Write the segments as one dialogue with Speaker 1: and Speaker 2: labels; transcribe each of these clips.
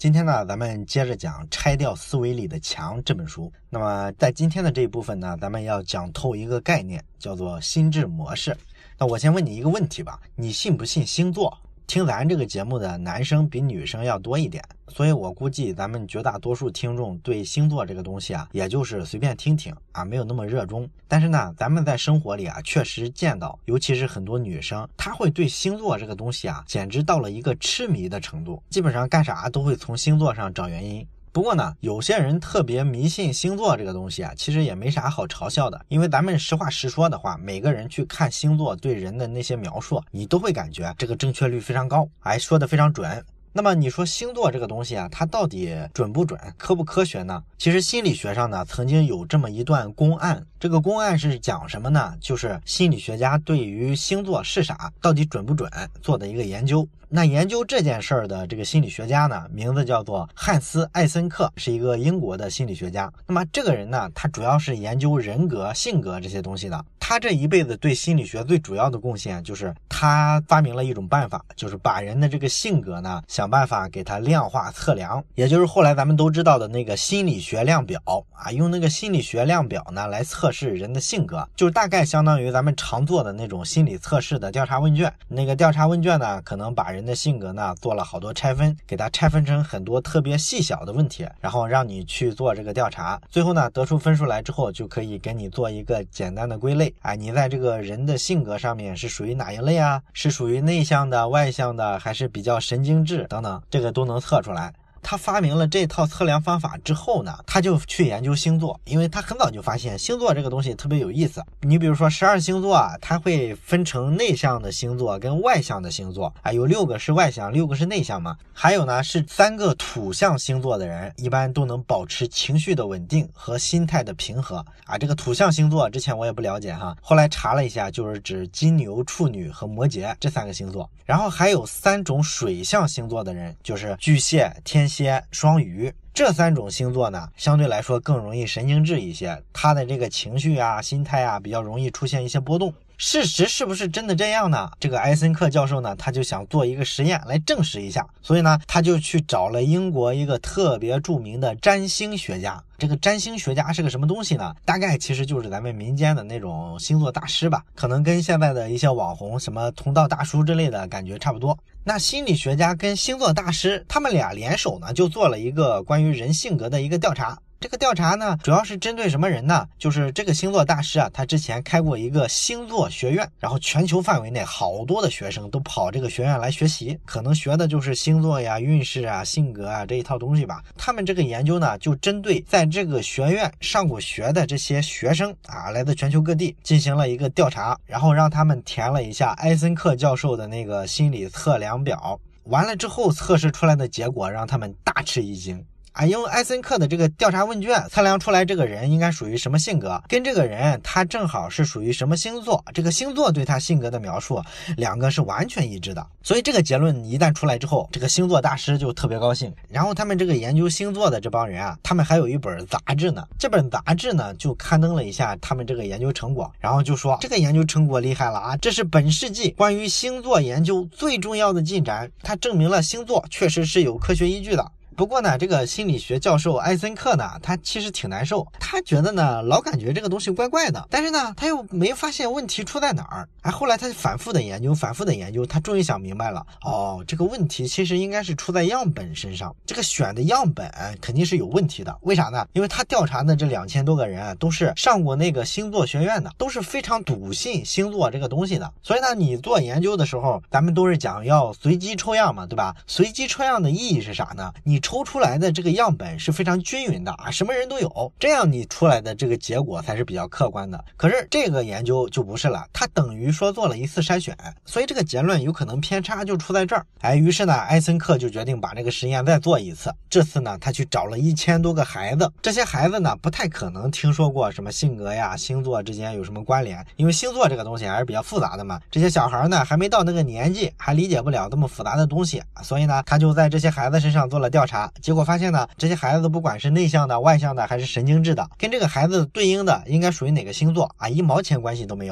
Speaker 1: 今天呢，咱们接着讲《拆掉思维里的墙》这本书。那么在今天的这一部分呢，咱们要讲透一个概念，叫做心智模式。那我先问你一个问题吧，你信不信星座？听咱这个节目的男生比女生要多一点，所以我估计咱们绝大多数听众对星座这个东西啊，也就是随便听听啊，没有那么热衷。但是呢，咱们在生活里啊，确实见到，尤其是很多女生，她会对星座这个东西啊，简直到了一个痴迷的程度，基本上干啥都会从星座上找原因。不过呢，有些人特别迷信星座这个东西啊，其实也没啥好嘲笑的，因为咱们实话实说的话，每个人去看星座对人的那些描述，你都会感觉这个正确率非常高，说得非常准。那么你说星座这个东西啊，它到底准不准，科不科学呢？其实心理学上呢，曾经有这么一段公案，这个公案是讲什么呢？就是心理学家对于星座是啥，到底准不准做的一个研究。那研究这件事儿的这个心理学家呢，名字叫做汉斯·艾森克，是一个英国的心理学家。那么这个人呢，他主要是研究人格、性格这些东西的。他这一辈子对心理学最主要的贡献，就是他发明了一种办法，就是把人的这个性格呢，想办法给它量化测量，也就是后来咱们都知道的那个心理学量表啊，用那个心理学量表呢来测试人的性格，就是大概相当于咱们常做的那种心理测试的调查问卷。那个调查问卷呢，可能把人的性格呢做了好多拆分，给它拆分成很多特别细小的问题，然后让你去做这个调查，最后呢得出分数来之后，就可以给你做一个简单的归类。你在这个人的性格上面是属于哪一类啊？是属于内向的、外向的，还是比较神经质等等，这个都能测出来。他发明了这套测量方法之后呢，他就去研究星座，因为他很早就发现星座这个东西特别有意思。你比如说12星座啊，它会分成内向的星座跟外向的星座啊，有6个是外向，6个是内向嘛。还有呢，是3个土象星座的人一般都能保持情绪的稳定和心态的平和啊。这个土象星座之前我也不了解哈，后来查了一下，就是指金牛、处女和摩羯这3个星座。然后还有3种水象星座的人，就是巨蟹、天蝎、双鱼。这3种星座呢，相对来说更容易神经质一些，他的这个情绪啊、心态啊比较容易出现一些波动。事实是不是真的这样呢？这个艾森克教授呢，他就想做一个实验来证实一下，所以呢，他就去找了英国一个特别著名的占星学家。这个占星学家是个什么东西呢？大概其实就是咱们民间的那种星座大师吧，可能跟现在的一些网红什么同道大叔之类的感觉差不多。那心理学家跟星座大师他们俩联手呢，就做了一个关于人性格的一个调查。这个调查呢，主要是针对什么人呢？就是这个星座大师啊，他之前开过一个星座学院，然后全球范围内好多的学生都跑这个学院来学习，可能学的就是星座呀、运势啊、性格啊这一套东西吧。他们这个研究呢，就针对在这个学院上过学的这些学生啊，来自全球各地进行了一个调查，然后让他们填了一下艾森克教授的那个心理测量表，完了之后测试出来的结果让他们大吃一惊。用艾森克的这个调查问卷测量出来这个人应该属于什么性格，跟这个人他正好是属于什么星座，这个星座对他性格的描述2个是完全一致的。所以这个结论一旦出来之后，这个星座大师就特别高兴。然后他们这个研究星座的这帮人啊，他们还有一本杂志呢，这本杂志呢就刊登了一下他们这个研究成果，然后就说这个研究成果厉害了啊，这是本世纪关于星座研究最重要的进展，它证明了星座确实是有科学依据的。不过呢，这个心理学教授艾森克呢，他其实挺难受，他觉得呢，老感觉这个东西怪怪的，但是呢，他又没发现问题出在哪儿。后来他反复的研究，他终于想明白了，这个问题其实应该是出在样本身上，这个选的样本肯定是有问题的。为啥呢？因为他调查的这2000多个人都是上过那个星座学院的，都是非常笃信星座这个东西的。所以呢，你做研究的时候，咱们都是讲要随机抽样嘛，对吧？随机抽样的意义是啥呢？你抽出来的这个样本是非常均匀的啊，什么人都有，这样你出来的这个结果才是比较客观的。可是这个研究就不是了，它等于说做了一次筛选，所以这个结论有可能偏差就出在这儿。于是呢，艾森克就决定把这个实验再做一次。这次呢，他去找了1000多个孩子，这些孩子呢不太可能听说过什么性格呀、星座之间有什么关联，因为星座这个东西还是比较复杂的嘛。这些小孩呢还没到那个年纪，还理解不了这么复杂的东西，所以呢，他就在这些孩子身上做了调查。结果发现呢，这些孩子不管是内向的、外向的还是神经质的，跟这个孩子对应的应该属于哪个星座啊，1毛钱关系都没有。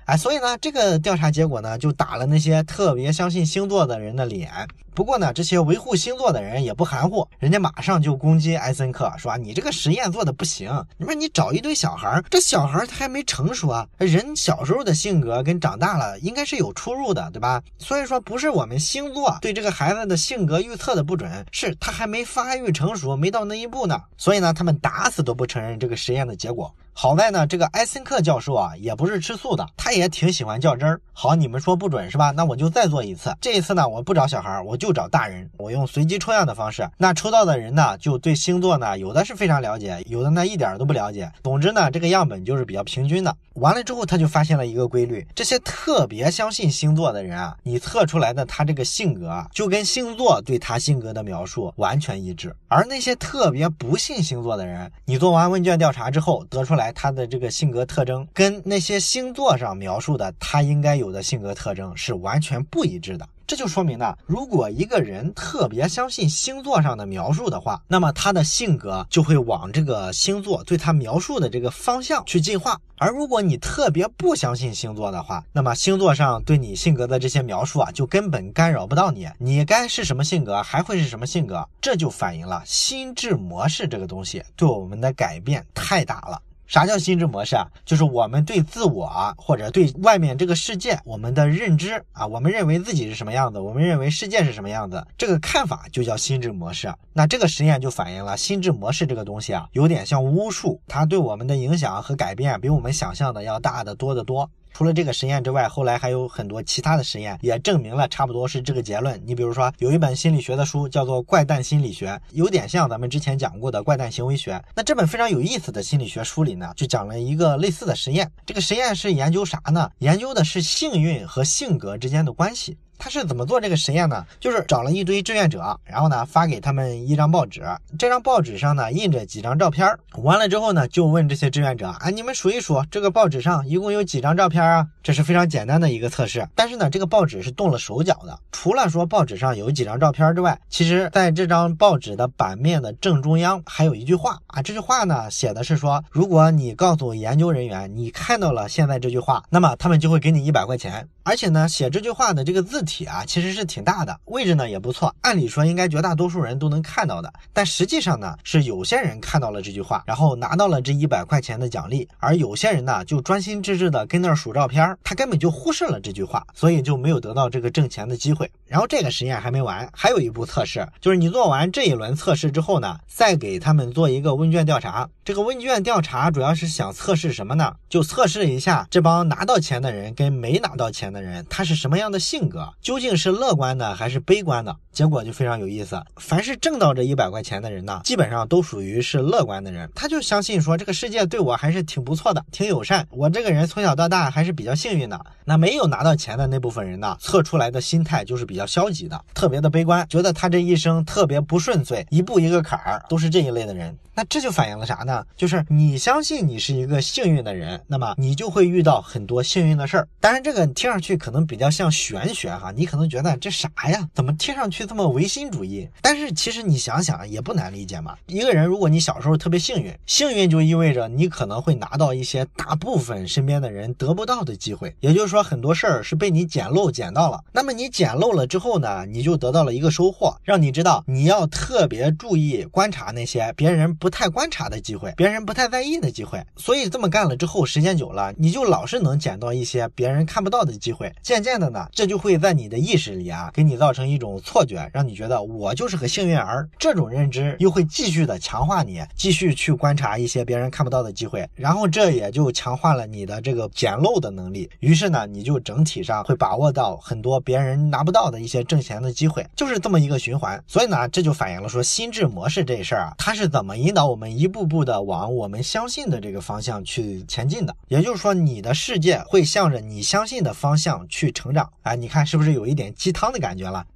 Speaker 1: 所以呢，这个调查结果呢，就打了那些特别相信星座的人的脸。不过呢，这些维护星座的人也不含糊，人家马上就攻击艾森克，说你这个实验做的不行，你找一堆小孩，这小孩他还没成熟啊，人小时候的性格跟长大了应该是有出入的，对吧？所以说不是我们星座对这个孩子的性格预测的不准，是他还没发育成熟，没到那一步呢。所以呢，他们打死都不承认这个实验的结果。好在呢，这个艾森克教授啊，也不是吃素的，他也挺喜欢较真儿。好，你们说不准是吧？那我就再做一次。这一次呢，我不找小孩，我就找大人，我用随机抽样的方式。那抽到的人呢，就对星座呢，有的是非常了解，有的呢一点都不了解。总之呢，这个样本就是比较平均的。完了之后，他就发现了一个规律：这些特别相信星座的人啊，你测出来的他这个性格啊，就跟星座对他性格的描述完全一致。而那些特别不信星座的人，你做完问卷调查之后，得出来他的这个性格特征跟那些星座上描述的他应该有的性格特征是完全不一致的。这就说明呢，如果一个人特别相信星座上的描述的话，那么他的性格就会往这个星座对他描述的这个方向去进化。而如果你特别不相信星座的话，那么星座上对你性格的这些描述啊，就根本干扰不到你，你该是什么性格还会是什么性格。这就反映了心智模式这个东西对我们的改变太大了。啥叫心智模式啊？就是我们对自我或者对外面这个世界我们的认知啊，我们认为自己是什么样子，我们认为世界是什么样子，这个看法就叫心智模式。那这个实验就反映了心智模式这个东西啊，有点像巫术，它对我们的影响和改变比我们想象的要大得多得多。除了这个实验之外，后来还有很多其他的实验也证明了差不多是这个结论。你比如说有一本心理学的书叫做《怪诞心理学》，有点像咱们之前讲过的怪诞行为学。那这本非常有意思的心理学书里呢，就讲了一个类似的实验。这个实验是研究啥呢？研究的是幸运和性格之间的关系。他是怎么做这个实验呢？就是找了一堆志愿者，然后呢发给他们一张报纸，这张报纸上呢印着几张照片，完了之后呢就问这些志愿者你们数一数这个报纸上一共有几张照片啊？这是非常简单的一个测试。但是呢这个报纸是动了手脚的，除了说报纸上有几张照片之外，其实在这张报纸的版面的正中央还有一句话这句话呢写的是说，如果你告诉研究人员你看到了现在这句话，那么他们就会给你100块钱。而且呢写这句话的这个字体其实是挺大的，位置呢也不错，按理说应该绝大多数人都能看到的。但实际上呢是有些人看到了这句话，然后拿到了这100块钱的奖励，而有些人呢就专心致志的跟那儿数照片，他根本就忽视了这句话，所以就没有得到这个挣钱的机会。然后这个实验还没完，还有一步测试，就是你做完这一轮测试之后呢，再给他们做一个问卷调查。这个问卷调查主要是想测试什么呢？就测试一下这帮拿到钱的人跟没拿到钱的人他是什么样的性格，究竟是乐观的还是悲观的。结果就非常有意思，凡是挣到这100块钱的人呢，基本上都属于是乐观的人，他就相信说这个世界对我还是挺不错的，挺友善，我这个人从小到大还是比较幸运的。那没有拿到钱的那部分人呢，测出来的心态就是比较消极的，特别的悲观，觉得他这一生特别不顺遂，一步一个坎儿，都是这一类的人。那这就反映了啥呢？就是你相信你是一个幸运的人，那么你就会遇到很多幸运的事儿。当然这个听上去可能比较像玄学你可能觉得这啥呀，怎么听上去这么唯心主义？但是其实你想想也不难理解嘛。一个人如果你小时候特别幸运，幸运就意味着你可能会拿到一些大部分身边的人得不到的机会，也就是说很多事儿是被你捡到了。那么你捡漏了之后呢，你就得到了一个收获，让你知道你要特别注意观察那些别人不太观察的机会，别人不太在意的机会。所以这么干了之后，时间久了，你就老是能捡到一些别人看不到的机会。渐渐的呢，这就会在你的意识里给你造成一种错觉，让你觉得我就是个幸运儿。这种认知又会继续的强化你，继续去观察一些别人看不到的机会，然后这也就强化了你的这个捡漏的能力。于是呢，你就整体上会把握到很多别人拿不到的一些挣钱的机会，就是这么一个循环。所以呢，这就反映了说心智模式这事儿它是怎么引导我们一步步的往我们相信的这个方向去前进的。也就是说，你的世界会向着你相信的方向去成长。你看是不是有一点鸡汤的感觉了？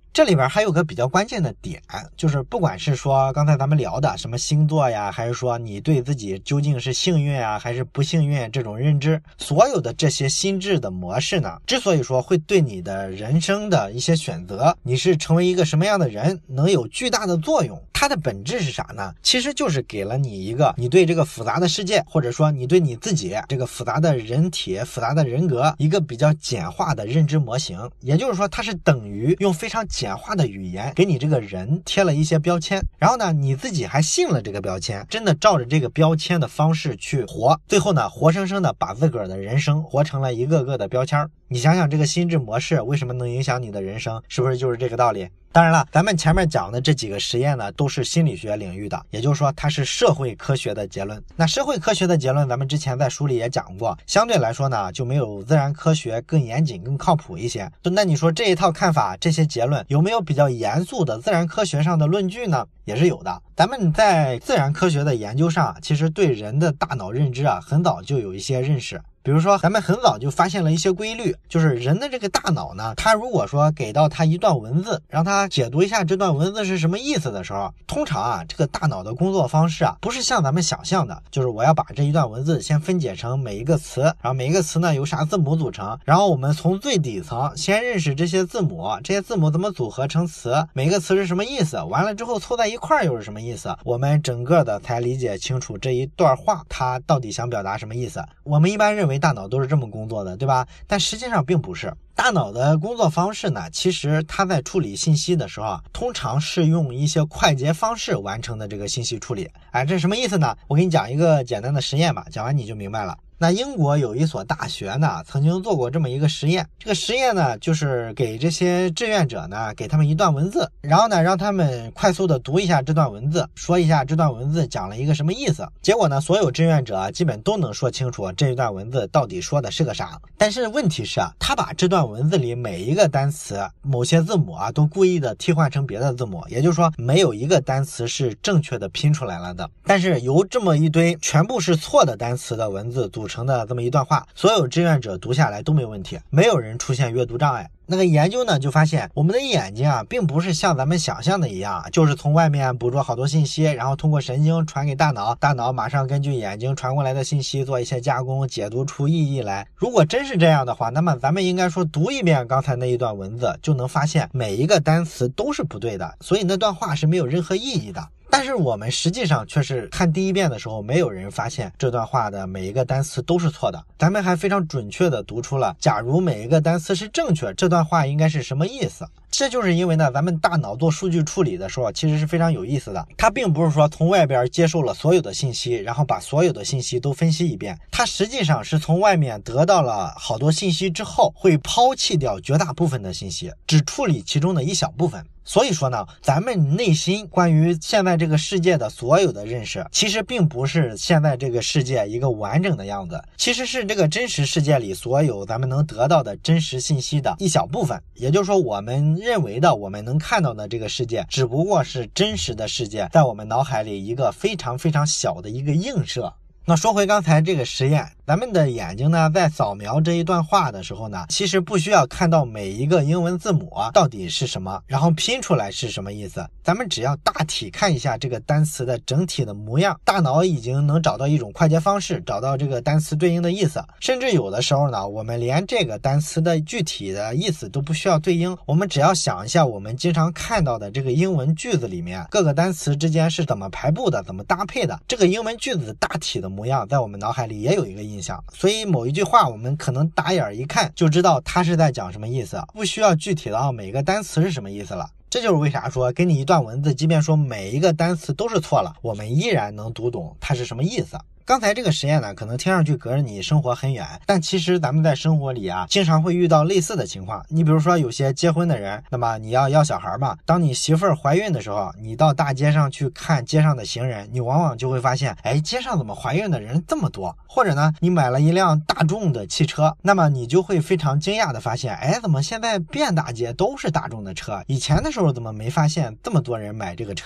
Speaker 1: 这里边还有个比较关键的点，就是不管是说刚才咱们聊的什么星座呀，还是说你对自己究竟是幸运啊还是不幸运这种认知，所有的这些心智的模式呢，之所以说会对你的人生的一些选择，你是成为一个什么样的人能有巨大的作用，它的本质是啥呢？其实就是给了你一个你对这个复杂的世界，或者说你对你自己这个复杂的人体复杂的人格一个比较简化的认知模型。也就是说它是等于用非常简化的语言给你这个人贴了一些标签，然后呢你自己还信了这个标签，真的照着这个标签的方式去活，最后呢活生生的把自个儿的人生活成了一个个的标签。你想想这个心智模式为什么能影响你的人生，是不是就是这个道理？当然了，咱们前面讲的这几个实验呢，都是心理学领域的，也就是说它是社会科学的结论。那社会科学的结论咱们之前在书里也讲过，相对来说呢就没有自然科学更严谨更靠谱一些。那你说这一套看法这些结论有没有比较严肃的自然科学上的论据呢？也是有的。咱们在自然科学的研究上，其实对人的大脑认知很早就有一些认识。比如说咱们很早就发现了一些规律，就是人的这个大脑呢，它如果说给到它一段文字，让它解读一下这段文字是什么意思的时候，通常这个大脑的工作方式不是像咱们想象的，就是我要把这一段文字先分解成每一个词，然后每一个词呢由啥字母组成，然后我们从最底层先认识这些字母，这些字母怎么组合成词，每个词是什么意思，完了之后凑在一块又是什么意思，我们整个的才理解清楚这一段话它到底想表达什么意思。我们一般认为大脑都是这么工作的，对吧？但实际上并不是。大脑的工作方式呢，其实它在处理信息的时候通常是用一些快捷方式完成的这个信息处理。这是什么意思呢？我给你讲一个简单的实验吧，讲完你就明白了。那英国有一所大学呢，曾经做过这么一个实验。这个实验呢，就是给这些志愿者呢，给他们一段文字，然后呢，让他们快速的读一下这段文字，说一下这段文字讲了一个什么意思。结果呢，所有志愿者基本都能说清楚这一段文字到底说的是个啥。但是问题是他把这段文字里每一个单词、某些字母都故意的替换成别的字母，也就是说，没有一个单词是正确的拼出来了的。但是由这么一堆全部是错的单词的文字组成的这么一段话，所有志愿者读下来都没问题，没有人出现阅读障碍。那个研究呢就发现，我们的眼睛并不是像咱们想象的一样，就是从外面捕捉好多信息，然后通过神经传给大脑，大脑马上根据眼睛传过来的信息做一些加工，解读出意义来。如果真是这样的话，那么咱们应该说读一遍刚才那一段文字，就能发现每一个单词都是不对的，所以那段话是没有任何意义的。但是我们实际上却是看第一遍的时候，没有人发现这段话的每一个单词都是错的，咱们还非常准确的读出了假如每一个单词是正确，这段话应该是什么意思。这就是因为呢，咱们大脑做数据处理的时候其实是非常有意思的，它并不是说从外边接受了所有的信息，然后把所有的信息都分析一遍，它实际上是从外面得到了好多信息之后，会抛弃掉绝大部分的信息，只处理其中的一小部分。所以说呢，咱们内心关于现在这个世界的所有的认识，其实并不是现在这个世界一个完整的样子，其实是这个真实世界里所有咱们能得到的真实信息的一小部分。也就是说，我们认为的我们能看到的这个世界，只不过是真实的世界在我们脑海里一个非常非常小的一个映射。那说回刚才这个实验，咱们的眼睛呢，在扫描这一段话的时候呢，其实不需要看到每一个英文字母到底是什么，然后拼出来是什么意思，咱们只要大体看一下这个单词的整体的模样，大脑已经能找到一种快捷方式，找到这个单词对应的意思。甚至有的时候呢，我们连这个单词的具体的意思都不需要对应，我们只要想一下我们经常看到的这个英文句子里面各个单词之间是怎么排布的，怎么搭配的，这个英文句子大体的模样在我们脑海里也有一个印象，所以某一句话我们可能打眼一看就知道它是在讲什么意思，不需要具体到每个单词是什么意思了。这就是为啥说给你一段文字，即便说每一个单词都是错了，我们依然能读懂它是什么意思。刚才这个实验呢，可能听上去隔着你生活很远，但其实咱们在生活里经常会遇到类似的情况。你比如说有些结婚的人，那么你要小孩嘛，当你媳妇儿怀孕的时候，你到大街上去看街上的行人，你往往就会发现，街上怎么怀孕的人这么多？或者呢，你买了一辆大众的汽车，那么你就会非常惊讶的发现，怎么现在遍大街都是大众的车？以前的时候怎么没发现这么多人买这个车？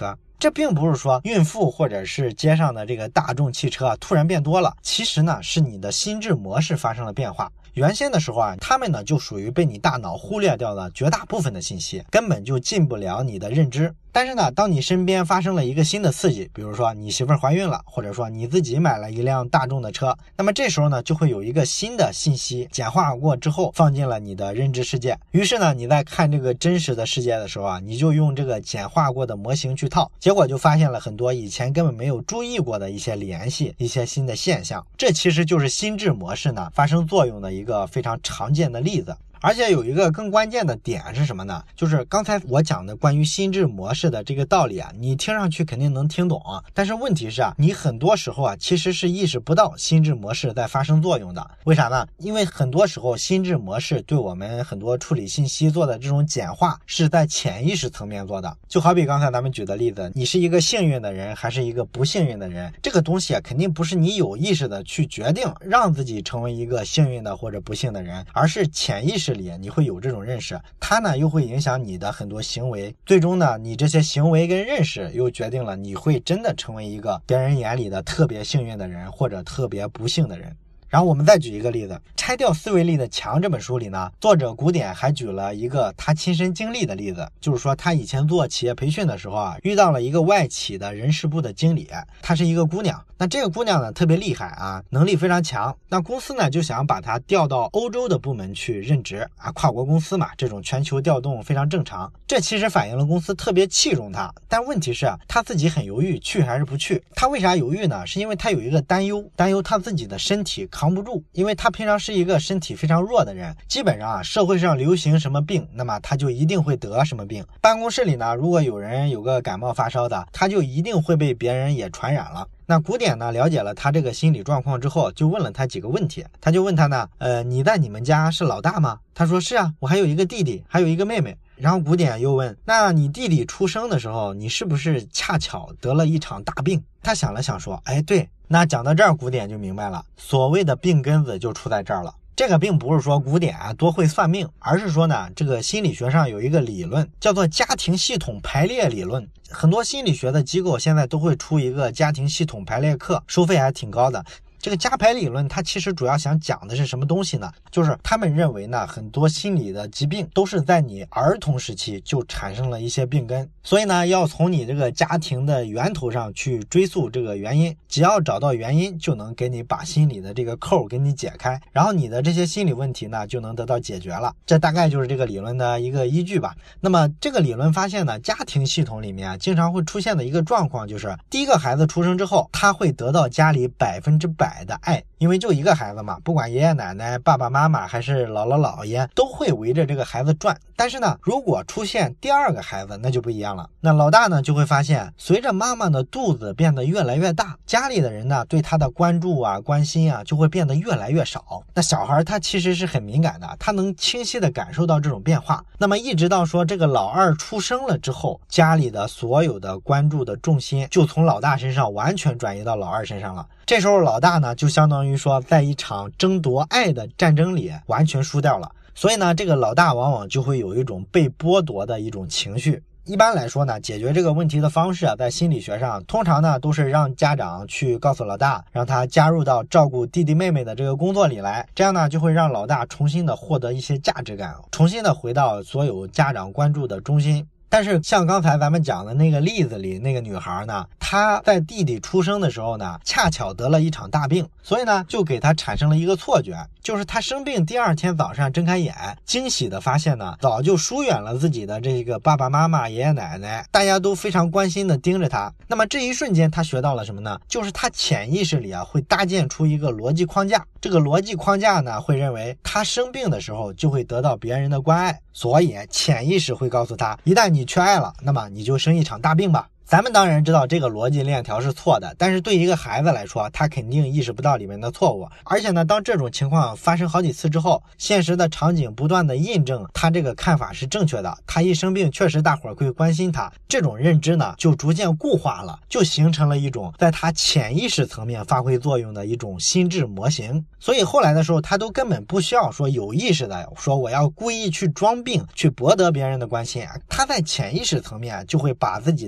Speaker 1: 这并不是说孕妇或者是街上的这个大众汽车突然变多了，其实呢是你的心智模式发生了变化。原先的时候啊，他们呢就属于被你大脑忽略掉了绝大部分的信息，根本就进不了你的认知。但是呢，当你身边发生了一个新的刺激，比如说你媳妇儿怀孕了，或者说你自己买了一辆大众的车，那么这时候呢，就会有一个新的信息简化过之后放进了你的认知世界。于是呢，你在看这个真实的世界的时候啊，你就用这个简化过的模型去套，结果就发现了很多以前根本没有注意过的一些联系，一些新的现象。这其实就是心智模式呢发生作用的一个非常常见的例子。而且有一个更关键的点是什么呢？就是刚才我讲的关于心智模式的这个道理啊，你听上去肯定能听懂啊，但是问题是啊，你很多时候啊其实是意识不到心智模式在发生作用的。为啥呢？因为很多时候心智模式对我们很多处理信息做的这种简化是在潜意识层面做的。就好比刚才咱们举的例子，你是一个幸运的人还是一个不幸运的人，这个东西啊肯定不是你有意识的去决定让自己成为一个幸运的或者不幸的人，而是潜意识里你会有这种认识，它呢又会影响你的很多行为，最终呢你这些行为跟认识又决定了你会真的成为一个别人眼里的特别幸运的人或者特别不幸的人。然后我们再举一个例子，《拆掉思维力的墙》这本书里呢，作者古典还举了一个他亲身经历的例子，就是说他以前做企业培训的时候啊，遇到了一个外企的人事部的经理，她是一个姑娘。那这个姑娘呢特别厉害啊，能力非常强。那公司呢就想把她调到欧洲的部门去任职啊，跨国公司嘛，这种全球调动非常正常。这其实反映了公司特别器重她，但问题是啊，她自己很犹豫，去还是不去。她为啥犹豫呢？是因为她有一个担忧她自己的身体扛不住，因为她平常是一个身体非常弱的人，基本上啊社会上流行什么病，那么她就一定会得什么病。办公室里呢，如果有人有个感冒发烧的，她就一定会被别人也传染了。那古典呢了解了他这个心理状况之后，就问了他几个问题。他就问他呢，你在你们家是老大吗？他说是啊，我还有一个弟弟，还有一个妹妹。然后古典又问，那你弟弟出生的时候，你是不是恰巧得了一场大病？他想了想说，哎，对。那讲到这儿，古典就明白了，所谓的病根子就出在这儿了。这个并不是说古典多会算命，而是说呢，这个心理学上有一个理论叫做家庭系统排列理论。很多心理学的机构现在都会出一个家庭系统排列课，收费还挺高的。这个家排理论它其实主要想讲的是什么东西呢？就是他们认为呢，很多心理的疾病都是在你儿童时期就产生了一些病根，所以呢要从你这个家庭的源头上去追溯这个原因，只要找到原因就能给你把心理的这个扣给你解开，然后你的这些心理问题呢就能得到解决了。这大概就是这个理论的一个依据吧。那么这个理论发现呢，家庭系统里面经常会出现的一个状况就是第一个孩子出生之后，他会得到家里100%的爱，因为就一个孩子嘛，不管爷爷奶奶、爸爸妈妈还是姥姥姥爷都会围着这个孩子转。但是呢，如果出现第二个孩子，那就不一样了。那老大呢就会发现，随着妈妈的肚子变得越来越大，家里的人呢对他的关注啊、关心啊就会变得越来越少。那小孩他其实是很敏感的，他能清晰的感受到这种变化。那么一直到说这个老二出生了之后，家里的所有的关注的重心就从老大身上完全转移到老二身上了。这时候老大呢就相当于说在一场争夺爱的战争里完全输掉了，所以呢这个老大往往就会有一种被剥夺的一种情绪。一般来说呢，解决这个问题的方式啊，在心理学上通常呢都是让家长去告诉老大，让他加入到照顾弟弟妹妹的这个工作里来，这样呢就会让老大重新的获得一些价值感，重新的回到所有家长关注的中心。但是像刚才咱们讲的那个例子里那个女孩呢，她在弟弟出生的时候呢，恰巧得了一场大病，所以呢就给她产生了一个错觉，就是她生病第二天早上睁开眼，惊喜的发现呢，早就疏远了自己的这个爸爸妈妈、爷爷奶奶，大家都非常关心的盯着她。那么这一瞬间她学到了什么呢？就是她潜意识里啊会搭建出一个逻辑框架，这个逻辑框架呢会认为她生病的时候就会得到别人的关爱，所以潜意识会告诉她，一旦你缺爱了，那么你就生一场大病吧。咱们当然知道这个逻辑链条是错的，但是对一个孩子来说，他肯定意识不到里面的错误。而且呢，当这种情况发生好几次之后，现实的场景不断的印证他这个看法是正确的，他一生病确实大伙儿会关心他，这种认知呢就逐渐固化了，就形成了一种在他潜意识层面发挥作用的一种心智模型。所以后来的时候，他都根本不需要说有意识的说我要故意去装病去博得别人的关心，他在潜意识层面就会把自己的身体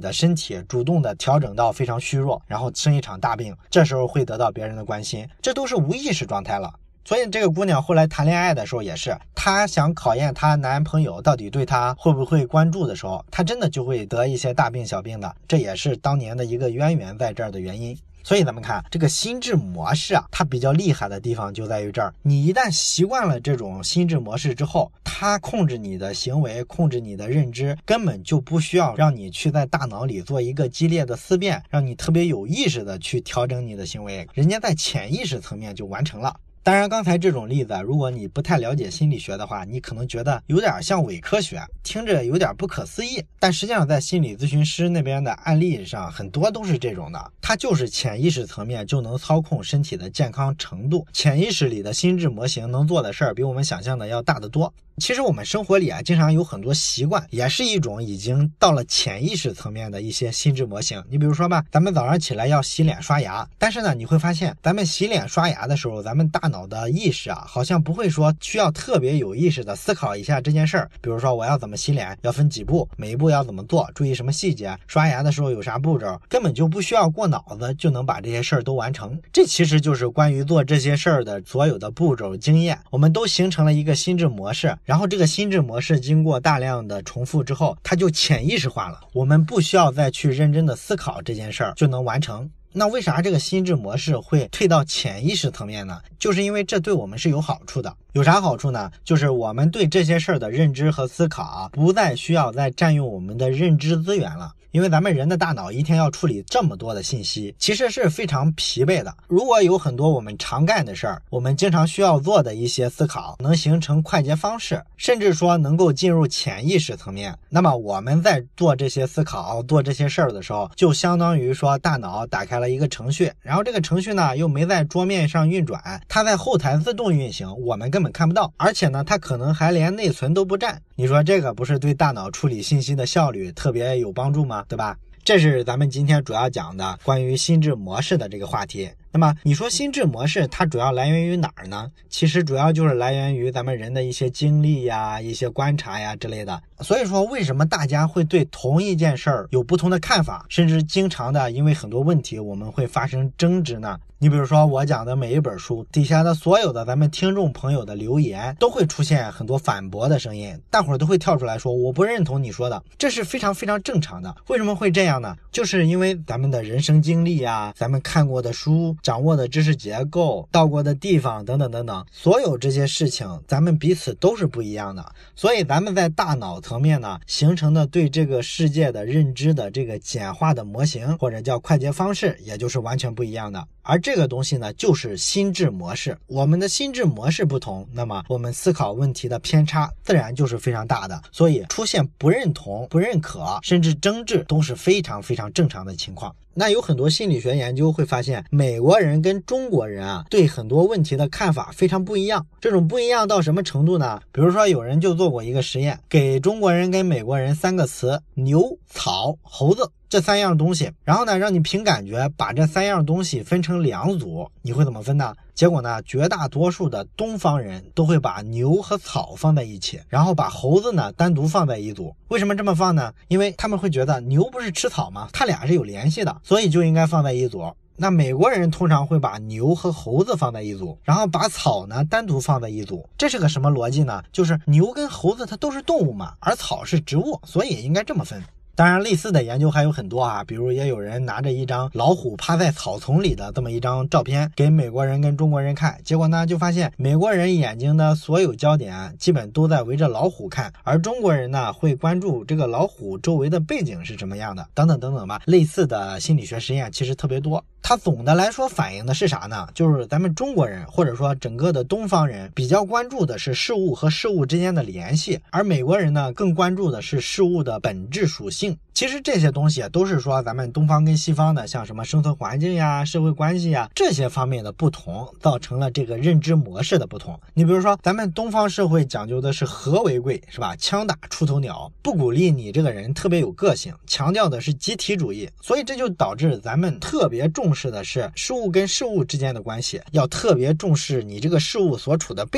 Speaker 1: 体主动的调整到非常虚弱，然后生一场大病，这时候会得到别人的关心，这都是无意识状态了。所以这个姑娘后来谈恋爱的时候也是，她想考验她男朋友到底对她会不会关注的时候，她真的就会得一些大病小病的，这也是当年的一个渊源在这儿的原因。所以咱们看这个心智模式啊，它比较厉害的地方就在于这儿，你一旦习惯了这种心智模式之后，它控制你的行为，控制你的认知，根本就不需要让你去在大脑里做一个激烈的思辨，让你特别有意识的去调整你的行为，人家在潜意识层面就完成了。当然刚才这种例子，如果你不太了解心理学的话，你可能觉得有点像伪科学，听着有点不可思议，但实际上在心理咨询师那边的案例上，很多都是这种的，它就是潜意识层面就能操控身体的健康程度，潜意识里的心智模型能做的事儿比我们想象的要大得多。其实我们生活里啊，经常有很多习惯，也是一种已经到了潜意识层面的一些心智模型。你比如说吧，咱们早上起来要洗脸刷牙，但是呢，你会发现咱们洗脸刷牙的时候，咱们大脑的意识啊，好像不会说需要特别有意识的思考一下这件事儿。比如说我要怎么洗脸，要分几步，每一步要怎么做，注意什么细节，刷牙的时候有啥步骤，根本就不需要过脑子就能把这些事儿都完成。这其实就是关于做这些事儿的所有的步骤经验，我们都形成了一个心智模式。然后这个心智模式经过大量的重复之后，它就潜意识化了，我们不需要再去认真的思考这件事儿就能完成。那为啥这个心智模式会退到潜意识层面呢？就是因为这对我们是有好处的。有啥好处呢？就是我们对这些事儿的认知和思考不再需要再占用我们的认知资源了。因为咱们人的大脑一天要处理这么多的信息，其实是非常疲惫的。如果有很多我们常干的事儿，我们经常需要做的一些思考，能形成快捷方式，甚至说能够进入潜意识层面，那么我们在做这些思考、做这些事儿的时候，就相当于说大脑打开了一个程序，然后这个程序呢又没在桌面上运转，它在后台自动运行，我们根本看不到，而且呢它可能还连内存都不占。你说这个不是对大脑处理信息的效率特别有帮助吗？对吧？这是咱们今天主要讲的关于心智模式的这个话题。那么你说心智模式它主要来源于哪儿呢？其实主要就是来源于咱们人的一些经历呀、一些观察呀之类的。所以说为什么大家会对同一件事儿有不同的看法，甚至经常的因为很多问题我们会发生争执呢？你比如说我讲的每一本书底下的所有的咱们听众朋友的留言都会出现很多反驳的声音，大伙儿都会跳出来说我不认同你说的，这是非常非常正常的。为什么会这样呢？就是因为咱们的人生经历啊，咱们看过的书，掌握的知识结构，到过的地方等等等等，所有这些事情咱们彼此都是不一样的，所以咱们在大脑层面呢形成的对这个世界的认知的这个简化的模型，或者叫快捷方式，也就是完全不一样的。而这个东西呢就是心智模式，我们的心智模式不同，那么我们思考问题的偏差自然就是非常大的，所以出现不认同、不认可甚至争执都是非常非常正常的情况。那有很多心理学研究会发现，美国人跟中国人啊对很多问题的看法非常不一样。这种不一样到什么程度呢？比如说有人就做过一个实验，给中国人跟美国人3个词，牛、草、猴子，这3样东西，然后呢让你凭感觉把这3样东西分成2组，你会怎么分呢？结果呢绝大多数的东方人都会把牛和草放在一起，然后把猴子呢单独放在一组。为什么这么放呢？因为他们会觉得牛不是吃草吗？它俩是有联系的，所以就应该放在一组。那美国人通常会把牛和猴子放在一组，然后把草呢单独放在一组。这是个什么逻辑呢？就是牛跟猴子它都是动物嘛，而草是植物，所以应该这么分。当然类似的研究还有很多啊，比如也有人拿着一张老虎趴在草丛里的这么一张照片给美国人跟中国人看，结果呢就发现美国人眼睛的所有焦点基本都在围着老虎看，而中国人呢会关注这个老虎周围的背景是什么样的，等等等等吧。类似的心理学实验其实特别多，它总的来说反映的是啥呢？就是咱们中国人或者说整个的东方人比较关注的是事物和事物之间的联系，而美国人呢更关注的是事物的本质属性。其实这些东西都是说咱们东方跟西方的像什么生存环境呀、社会关系呀这些方面的不同，造成了这个认知模式的不同。你比如说咱们东方社会讲究的是和为贵，是吧？枪打出头鸟，不鼓励你这个人特别有个性，强调的是集体主义，所以这就导致咱们特别重视的是事物跟事物之间的关系，要特别重视你这个事物所处的背景，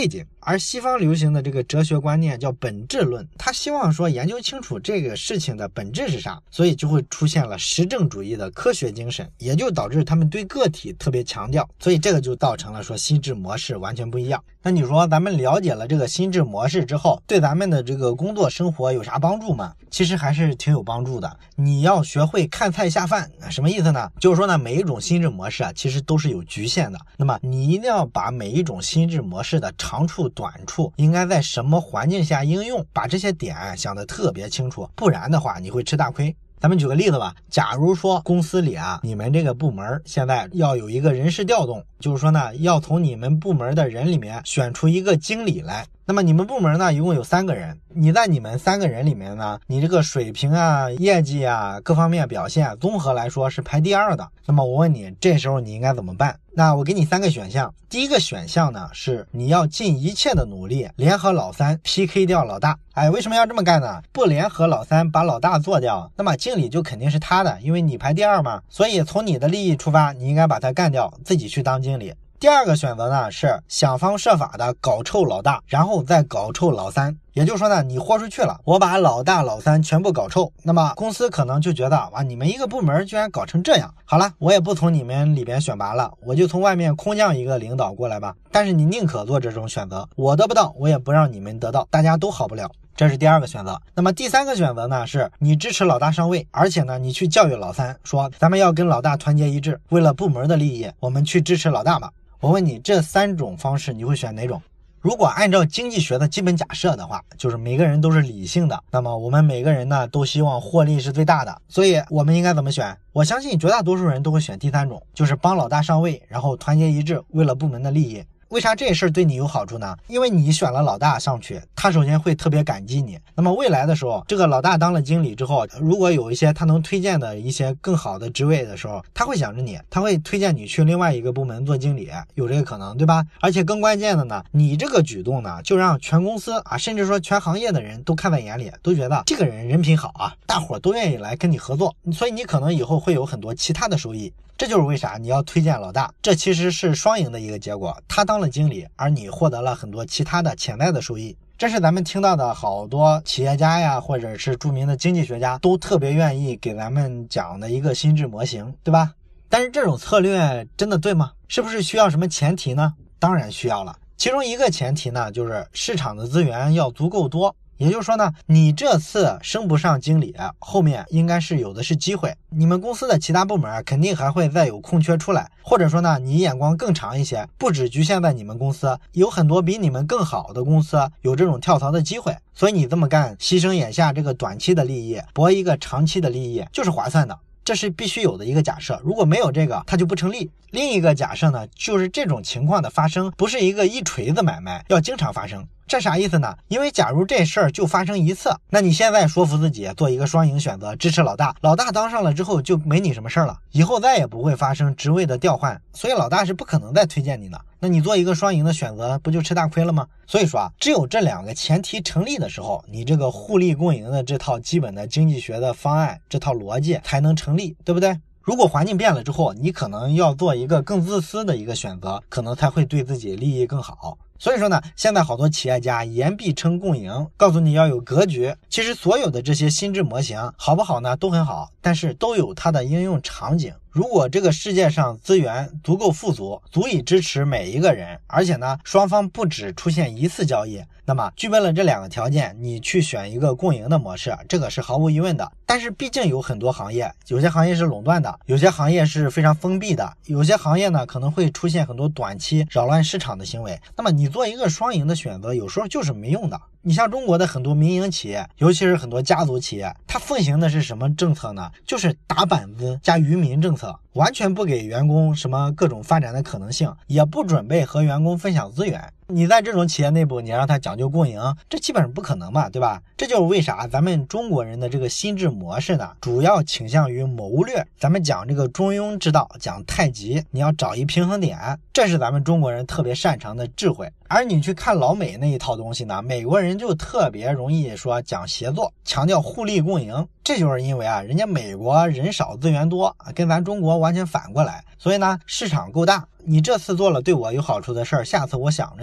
Speaker 1: 而西方流行的这个哲学观念叫本质论，他希望说研究清楚这个事情的本质是啥，所以就会出现了实证主义的科学精神，也就导致他们对个体特别强调，所以这个就造成了说心智模式完全不一样。那你说咱们了解了这个心智模式之后，对咱们的这个工作生活有啥帮助吗？其实还是挺有帮助的。你要学会看菜下饭，什么意思呢？就是说呢，每一种心智模式其实都是有局限的。那么你一定要把每一种心智模式的长处、短处，应该在什么环境下应用，把这些点想得特别清楚，不然的话你会吃大亏。咱们举个例子吧，假如说公司里你们这个部门现在要有一个人事调动，就是说呢，要从你们部门的人里面选出一个经理来。那么你们部门呢，一共有3个人，你在你们3个人里面呢，你这个水平业绩各方面表现综合来说是排第2的。那么我问你，这时候你应该怎么办？那我给你3个选项。第一个选项呢，是你要尽一切的努力联合老3 PK 掉老大。为什么要这么干呢？不联合老3把老大做掉，那么经理就肯定是他的，因为你排第2嘛，所以从你的利益出发，你应该把他干掉，自己去当经理。第二个选择呢，是想方设法的搞臭老大，然后再搞臭老3。也就是说呢，你豁出去了，我把老大老3全部搞臭，那么公司可能就觉得你们一个部门居然搞成这样，好了，我也不从你们里边选拔了，我就从外面空降一个领导过来吧。但是你宁可做这种选择，我得不到，我也不让你们得到，大家都好不了。这是第2个选择。那么第3个选择呢，是你支持老大上位，而且呢，你去教育老3，说咱们要跟老大团结一致，为了部门的利益，我们去支持老大吧。我问你，这3种方式你会选哪种？如果按照经济学的基本假设的话，就是每个人都是理性的，那么我们每个人呢都希望获利是最大的，所以我们应该怎么选？我相信绝大多数人都会选第3种，就是帮老大上位，然后团结一致，为了部门的利益。为啥这事儿对你有好处呢？因为你选了老大上去，他首先会特别感激你。那么未来的时候，这个老大当了经理之后，如果有一些他能推荐的一些更好的职位的时候，他会想着你，他会推荐你去另外一个部门做经理，有这个可能，对吧？而且更关键的呢，你这个举动呢，就让全公司甚至说全行业的人都看在眼里，都觉得这个人人品好大伙都愿意来跟你合作，所以你可能以后会有很多其他的收益。这就是为啥你要推荐老大，这其实是双赢的一个结果，他当了经理，而你获得了很多其他的潜在的收益。这是咱们听到的好多企业家或者是著名的经济学家都特别愿意给咱们讲的一个心智模型，对吧？但是这种策略真的对吗？是不是需要什么前提呢？当然需要了。其中一个前提呢，就是市场的资源要足够多。也就是说呢，你这次升不上经理，后面应该是有的是机会，你们公司的其他部门肯定还会再有空缺出来，或者说呢，你眼光更长一些，不只局限在你们公司，有很多比你们更好的公司有这种跳槽的机会，所以你这么干，牺牲眼下这个短期的利益，博一个长期的利益，就是划算的。这是必须有的一个假设，如果没有这个，它就不成立。另一个假设呢，就是这种情况的发生不是一个一锤子买卖，要经常发生。这啥意思呢？因为假如这事儿就发生一次，那你现在说服自己做一个双赢选择，支持老大，老大当上了之后就没你什么事儿了，以后再也不会发生职位的调换，所以老大是不可能再推荐你的。那你做一个双赢的选择，不就吃大亏了吗？所以说只有这2个前提成立的时候，你这个互利共赢的这套基本的经济学的方案，这套逻辑才能成立，对不对？如果环境变了之后，你可能要做一个更自私的一个选择，可能才会对自己利益更好。所以说呢，现在好多企业家言必称共赢，告诉你要有格局。其实所有的这些心智模型好不好呢？都很好，但是都有它的应用场景。如果这个世界上资源足够富足，足以支持每一个人，而且呢，双方不只出现一次交易，那么具备了这2个条件，你去选一个共赢的模式，这个是毫无疑问的。但是毕竟有很多行业，有些行业是垄断的，有些行业是非常封闭的，有些行业呢可能会出现很多短期扰乱市场的行为，那么你做一个双赢的选择，有时候就是没用的。你像中国的很多民营企业，尤其是很多家族企业，它奉行的是什么政策呢？就是打板子加愚民政策，完全不给员工什么各种发展的可能性，也不准备和员工分享资源。你在这种企业内部，你让他讲究共赢，这基本上不可能嘛，对吧？这就是为啥咱们中国人的这个心智模式呢，主要倾向于谋略。咱们讲这个中庸之道，讲太极，你要找一平衡点，这是咱们中国人特别擅长的智慧。而你去看老美那一套东西呢，美国人就特别容易说讲协作，强调互利共赢。这就是因为人家美国人少资源多，跟咱中国完全反过来，所以呢市场够大，你这次做了对我有好处的事儿，下次我想着你。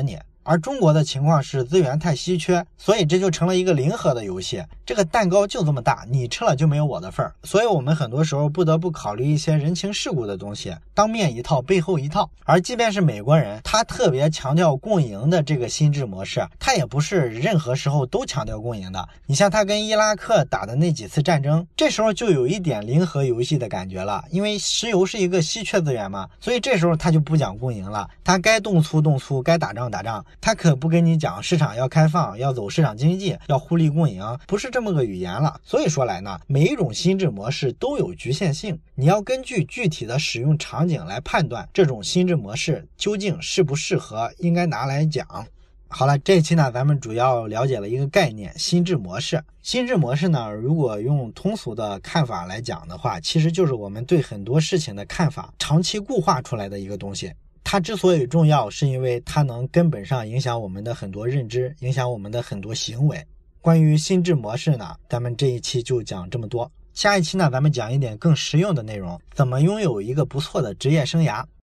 Speaker 1: 而中国的情况是资源太稀缺，所以这就成了一个零和的游戏。这个蛋糕就这么大，你吃了就没有我的份儿。所以我们很多时候不得不考虑一些人情世故的东西，当面一套背后一套。而即便是美国人，他特别强调共赢的这个心智模式，他也不是任何时候都强调共赢的。你像他跟伊拉克打的那几次战争，这时候就有一点零和游戏的感觉了，因为石油是一个稀缺资源嘛，所以这时候他就不讲共赢了，他该动粗动粗，该打仗打仗，他可不跟你讲市场要开放，要走市场经济，要互利共赢，不是这么个语言了。所以说来呢，每一种心智模式都有局限性，你要根据具体的使用场景来判断这种心智模式究竟适不适合，应该拿来讲。好了，这一期呢，咱们主要了解了一个概念，心智模式。心智模式呢，如果用通俗的看法来讲的话，其实就是我们对很多事情的看法长期固化出来的一个东西。它之所以重要，是因为它能根本上影响我们的很多认知，影响我们的很多行为。关于心智模式呢，咱们这一期就讲这么多。下一期呢，咱们讲一点更实用的内容，怎么拥有一个不错的职业生涯。